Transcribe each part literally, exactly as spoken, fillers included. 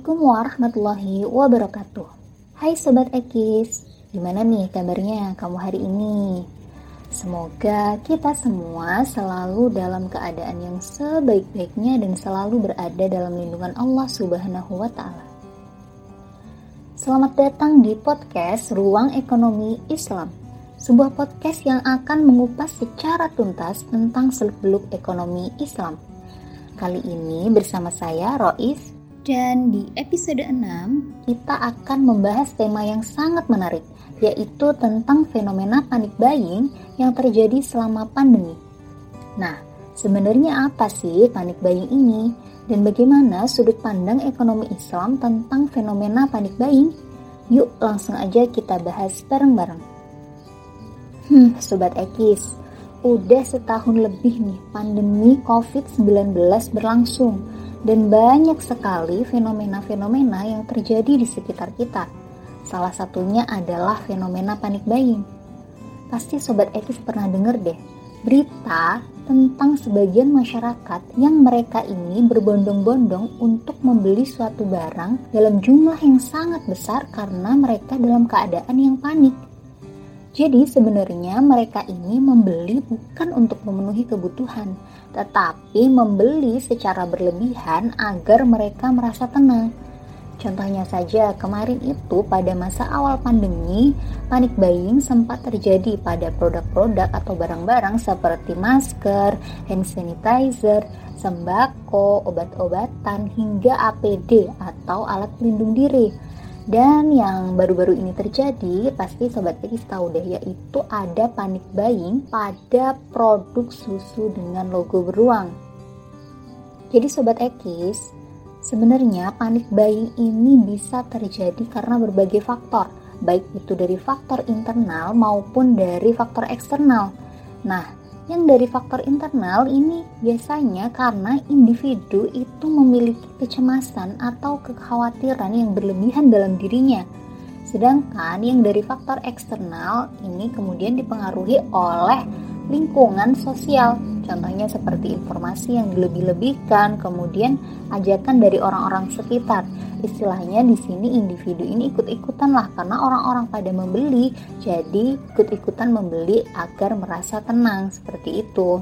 Assalamualaikum warahmatullahi wabarakatuh. Hai Sobat Ekis, gimana nih kabarnya kamu hari ini? Semoga kita semua selalu dalam keadaan yang sebaik-baiknya dan selalu berada dalam lindungan Allah Subhanahu wa Ta'ala. Selamat datang di podcast Ruang Ekonomi Islam, sebuah podcast yang akan mengupas secara tuntas tentang seluk-beluk ekonomi Islam. Kali ini bersama saya Rois. Dan di episode enam, kita akan membahas tema yang sangat menarik, yaitu tentang fenomena panic buying yang terjadi selama pandemi. Nah, sebenarnya apa sih panic buying ini? Dan bagaimana sudut pandang ekonomi Islam tentang fenomena panic buying? Yuk langsung aja kita bahas bareng-bareng. Hmm, Sobat Ekis, udah setahun lebih nih pandemi covid sembilan belas berlangsung. Dan banyak sekali fenomena-fenomena yang terjadi di sekitar kita. Salah satunya adalah fenomena panic buying. Pasti Sobat Ekis pernah dengar deh berita tentang sebagian masyarakat yang mereka ini berbondong-bondong untuk membeli suatu barang dalam jumlah yang sangat besar karena mereka dalam keadaan yang panik. Jadi sebenarnya mereka ini membeli bukan untuk memenuhi kebutuhan, tetapi membeli secara berlebihan agar mereka merasa tenang. Contohnya saja, kemarin itu pada masa awal pandemi, panic buying sempat terjadi pada produk-produk atau barang-barang seperti masker, hand sanitizer, sembako, obat-obatan, hingga A P D atau alat pelindung diri. Dan yang baru-baru ini terjadi, pasti Sobat Ekis tahu deh, yaitu ada panic buying pada produk susu dengan logo beruang. Jadi Sobat Ekis, sebenarnya panic buying ini bisa terjadi karena berbagai faktor, baik itu dari faktor internal maupun dari faktor eksternal. Nah, yang dari faktor internal ini biasanya karena individu itu memiliki kecemasan atau kekhawatiran yang berlebihan dalam dirinya. Sedangkan yang dari faktor eksternal ini kemudian dipengaruhi oleh lingkungan sosial. Contohnya seperti informasi yang dilebih-lebihkan, kemudian ajakan dari orang-orang sekitar. Istilahnya di sini individu ini ikut-ikutan lah karena orang-orang pada membeli, jadi ikut-ikutan membeli agar merasa tenang, seperti itu.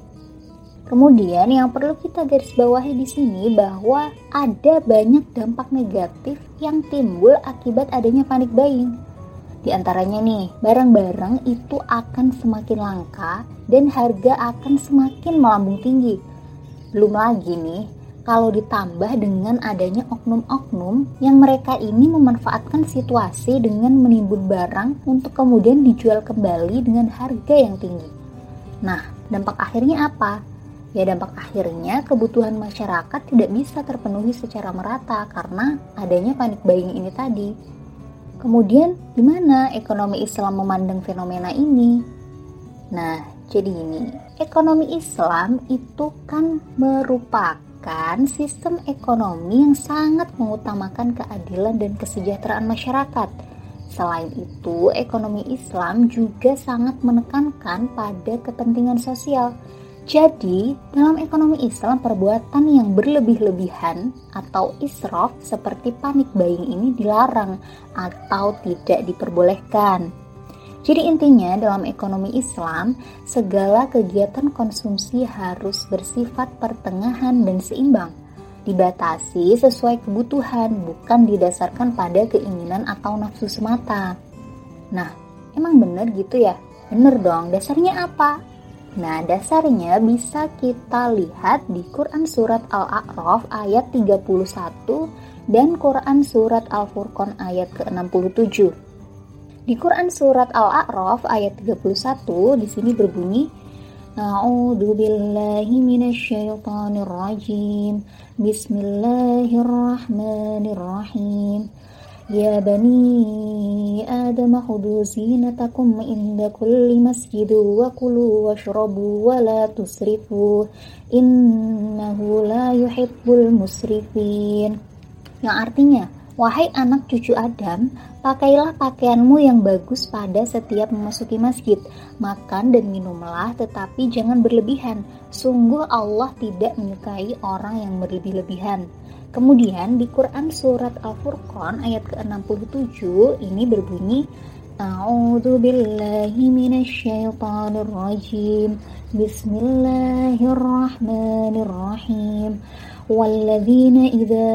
Kemudian yang perlu kita garis bawahi di sini bahwa ada banyak dampak negatif yang timbul akibat adanya panic buying. Di antaranya nih, barang-barang itu akan semakin langka dan harga akan semakin melambung tinggi. Belum lagi nih, kalau ditambah dengan adanya oknum-oknum yang mereka ini memanfaatkan situasi dengan menimbun barang untuk kemudian dijual kembali dengan harga yang tinggi. Nah, dampak akhirnya apa? Ya, dampak akhirnya kebutuhan masyarakat tidak bisa terpenuhi secara merata karena adanya panic buying ini tadi. Kemudian, gimana ekonomi Islam memandang fenomena ini? Nah, jadi ini, ekonomi Islam itu kan merupakan sistem ekonomi yang sangat mengutamakan keadilan dan kesejahteraan masyarakat. Selain itu, ekonomi Islam juga sangat menekankan pada kepentingan sosial. Jadi, dalam ekonomi Islam, perbuatan yang berlebih-lebihan atau israf seperti panic buying ini dilarang atau tidak diperbolehkan. Jadi intinya dalam ekonomi Islam, segala kegiatan konsumsi harus bersifat pertengahan dan seimbang. Dibatasi sesuai kebutuhan, bukan didasarkan pada keinginan atau nafsu semata. Nah, emang benar gitu ya? Benar dong, dasarnya apa? Nah, dasarnya bisa kita lihat di Quran Surat Al-A'raf ayat tiga puluh satu dan Quran Surat Al-Furqan ayat ke enam puluh tujuh. Di Quran Surat Al-A'raf ayat tiga puluh satu di sini berbunyi, A'udzu billahi minasyaitonir rajim. Bismillahirrahmanirrahim. Ya bani Adam khudu zinatakum inda kulli masjid wa kulu washrabu wa la tusrifu innahu la yuhibbul musrifin. Yang artinya, wahai anak cucu Adam, pakailah pakaianmu yang bagus pada setiap memasuki masjid. Makan dan minumlah, tetapi jangan berlebihan. Sungguh Allah tidak menyukai orang yang berlebih-lebihan. Kemudian di Quran surat Al-Furqan ayat ke enam puluh tujuh ini berbunyi, A'udzu billahi minasyaitonir rajim. Bismillahirrahmanirrahim. Walladzina idza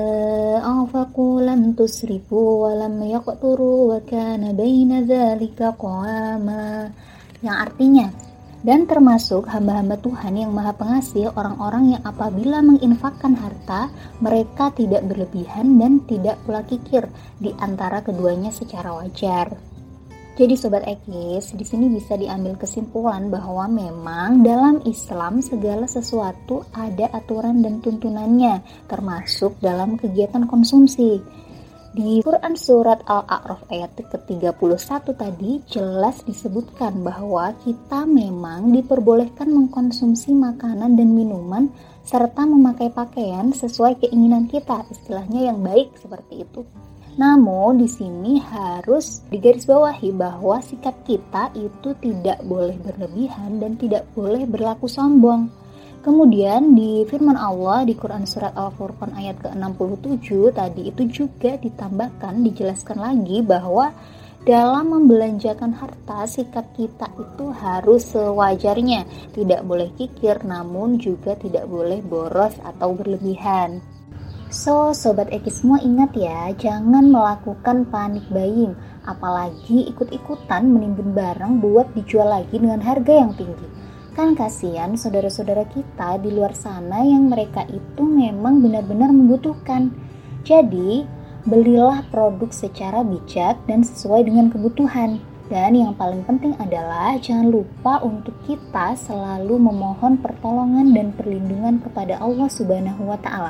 anfaqu lam tusrifu wa lam yaqturu wa kana baina dzalika qawama. Yang artinya, dan termasuk hamba-hamba Tuhan yang Maha Pengasih, orang-orang yang apabila menginfakkan harta, mereka tidak berlebihan dan tidak pula kikir di antara keduanya secara wajar. Jadi Sobat Ekis, di sini bisa diambil kesimpulan bahwa memang dalam Islam segala sesuatu ada aturan dan tuntunannya, termasuk dalam kegiatan konsumsi. Di Quran surat Al-A'raf ayat ke tiga puluh satu tadi jelas disebutkan bahwa kita memang diperbolehkan mengkonsumsi makanan dan minuman serta memakai pakaian sesuai keinginan kita, istilahnya yang baik seperti itu. Namun di sini harus digarisbawahi bahwa sikap kita itu tidak boleh berlebihan dan tidak boleh berlaku sombong. Kemudian di firman Allah di Quran surat Al-Furqan ayat ke enam puluh tujuh tadi itu juga ditambahkan, dijelaskan lagi bahwa dalam membelanjakan harta sikap kita itu harus sewajarnya, tidak boleh kikir namun juga tidak boleh boros atau berlebihan. So, Sobat Ekis semua ingat ya, jangan melakukan panic buying, apalagi ikut-ikutan menimbun barang buat dijual lagi dengan harga yang tinggi. Kan kasihan saudara-saudara kita di luar sana yang mereka itu memang benar-benar membutuhkan. Jadi, belilah produk secara bijak dan sesuai dengan kebutuhan. Dan yang paling penting adalah jangan lupa untuk kita selalu memohon pertolongan dan perlindungan kepada Allah Subhanahu wa Ta'ala.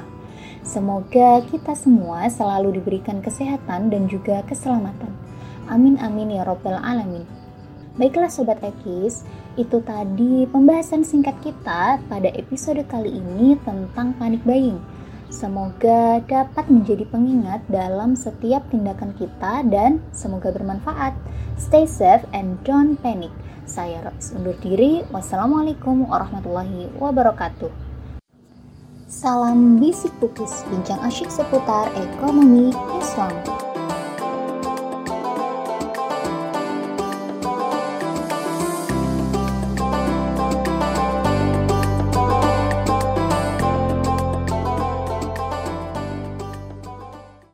Semoga kita semua selalu diberikan kesehatan dan juga keselamatan. Amin amin ya rabbal alamin. Baiklah Sobat Ekis, itu tadi pembahasan singkat kita pada episode kali ini tentang panic buying. Semoga dapat menjadi pengingat dalam setiap tindakan kita dan semoga bermanfaat. Stay safe and don't panic. Saya Rois undur diri. Wassalamualaikum warahmatullahi wabarakatuh. Salam bisik pukis, bincang asyik seputar ekonomi Islam.